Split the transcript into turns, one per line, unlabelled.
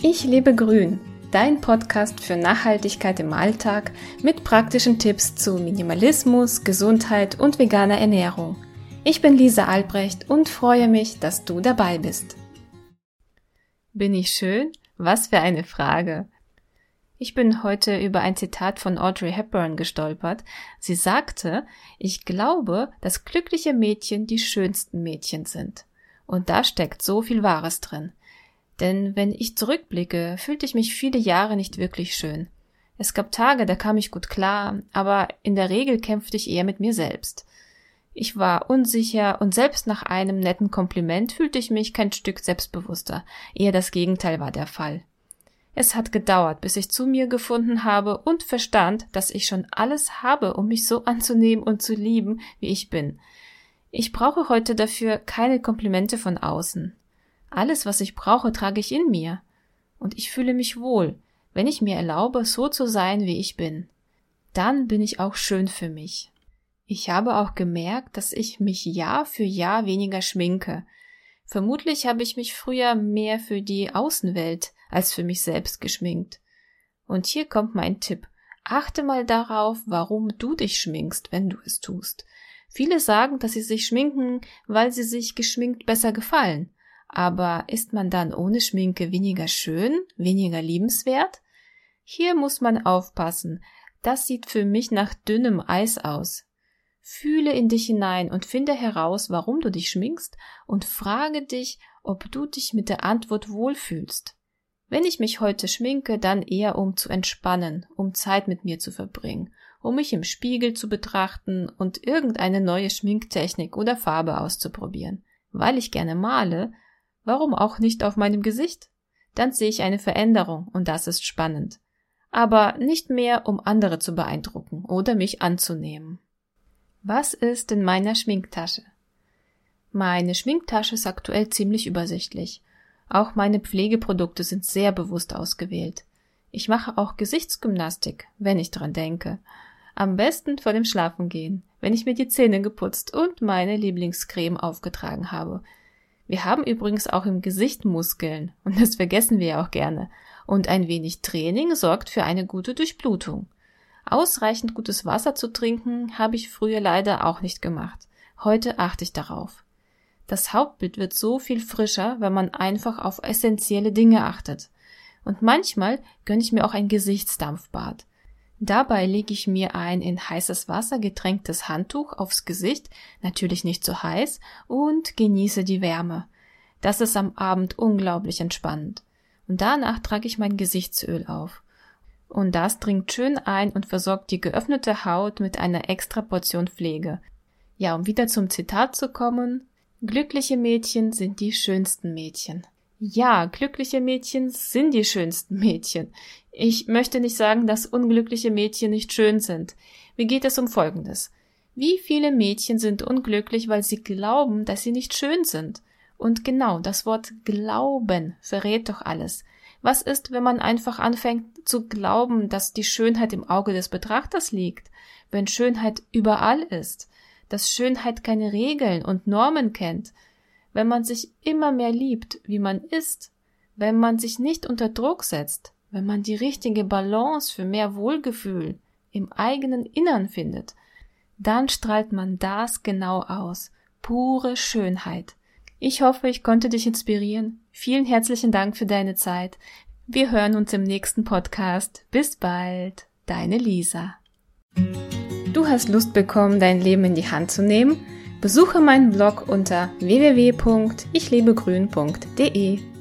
Ich lebe grün, dein Podcast für Nachhaltigkeit im Alltag mit praktischen Tipps zu Minimalismus, Gesundheit und veganer Ernährung. Ich bin Lisa Albrecht und freue mich, dass du dabei bist. Bin ich schön? Was für eine Frage! Ich bin heute über ein Zitat von Audrey Hepburn gestolpert. Sie sagte, ich glaube, dass glückliche Mädchen die schönsten Mädchen sind. Und da steckt so viel Wahres drin. Denn wenn ich zurückblicke, fühlte ich mich viele Jahre nicht wirklich schön. Es gab Tage, da kam ich gut klar, aber in der Regel kämpfte ich eher mit mir selbst. Ich war unsicher und selbst nach einem netten Kompliment fühlte ich mich kein Stück selbstbewusster. Eher das Gegenteil war der Fall. Es hat gedauert, bis ich zu mir gefunden habe und verstand, dass ich schon alles habe, um mich so anzunehmen und zu lieben, wie ich bin. Ich brauche heute dafür keine Komplimente von außen. Alles, was ich brauche, trage ich in mir. Und ich fühle mich wohl, wenn ich mir erlaube, so zu sein, wie ich bin. Dann bin ich auch schön für mich. Ich habe auch gemerkt, dass ich mich Jahr für Jahr weniger schminke. Vermutlich habe ich mich früher mehr für die Außenwelt als für mich selbst geschminkt. Und hier kommt mein Tipp. Achte mal darauf, warum du dich schminkst, wenn du es tust. Viele sagen, dass sie sich schminken, weil sie sich geschminkt besser gefallen. Aber ist man dann ohne Schminke weniger schön, weniger liebenswert? Hier muss man aufpassen. Das sieht für mich nach dünnem Eis aus. Fühle in dich hinein und finde heraus, warum du dich schminkst und frage dich, ob du dich mit der Antwort wohlfühlst. Wenn ich mich heute schminke, dann eher um zu entspannen, um Zeit mit mir zu verbringen, um mich im Spiegel zu betrachten und irgendeine neue Schminktechnik oder Farbe auszuprobieren. Weil ich gerne male, warum auch nicht auf meinem Gesicht? Dann sehe ich eine Veränderung und das ist spannend. Aber nicht mehr, um andere zu beeindrucken oder mich anzunehmen. Was ist in meiner Schminktasche? Meine Schminktasche ist aktuell ziemlich übersichtlich. Auch meine Pflegeprodukte sind sehr bewusst ausgewählt. Ich mache auch Gesichtsgymnastik, wenn ich dran denke. Am besten vor dem Schlafengehen, wenn ich mir die Zähne geputzt und meine Lieblingscreme aufgetragen habe. Wir haben übrigens auch im Gesicht Muskeln und das vergessen wir ja auch gerne. Und ein wenig Training sorgt für eine gute Durchblutung. Ausreichend gutes Wasser zu trinken, habe ich früher leider auch nicht gemacht. Heute achte ich darauf. Das Hautbild wird so viel frischer, wenn man einfach auf essentielle Dinge achtet. Und manchmal gönne ich mir auch ein Gesichtsdampfbad. Dabei lege ich mir ein in heißes Wasser getränktes Handtuch aufs Gesicht, natürlich nicht zu heiß, und genieße die Wärme. Das ist am Abend unglaublich entspannend. Und danach trage ich mein Gesichtsöl auf. Und das dringt schön ein und versorgt die geöffnete Haut mit einer extra Portion Pflege. Ja, um wieder zum Zitat zu kommen: Glückliche Mädchen sind die schönsten Mädchen. Ja, glückliche Mädchen sind die schönsten Mädchen. Ich möchte nicht sagen, dass unglückliche Mädchen nicht schön sind. Mir geht es um Folgendes. Wie viele Mädchen sind unglücklich, weil sie glauben, dass sie nicht schön sind? Und genau, das Wort glauben verrät doch alles. Was ist, wenn man einfach anfängt zu glauben, dass die Schönheit im Auge des Betrachters liegt? Wenn Schönheit überall ist? Dass Schönheit keine Regeln und Normen kennt? Wenn man sich immer mehr liebt, wie man ist, wenn man sich nicht unter Druck setzt, wenn man die richtige Balance für mehr Wohlgefühl im eigenen Innern findet, dann strahlt man das genau aus. Pure Schönheit. Ich hoffe, ich konnte dich inspirieren. Vielen herzlichen Dank für deine Zeit. Wir hören uns im nächsten Podcast. Bis bald. Deine Lisa. Du hast Lust bekommen, dein Leben in die Hand zu nehmen? Besuche meinen Blog unter www.ichlebegrün.de.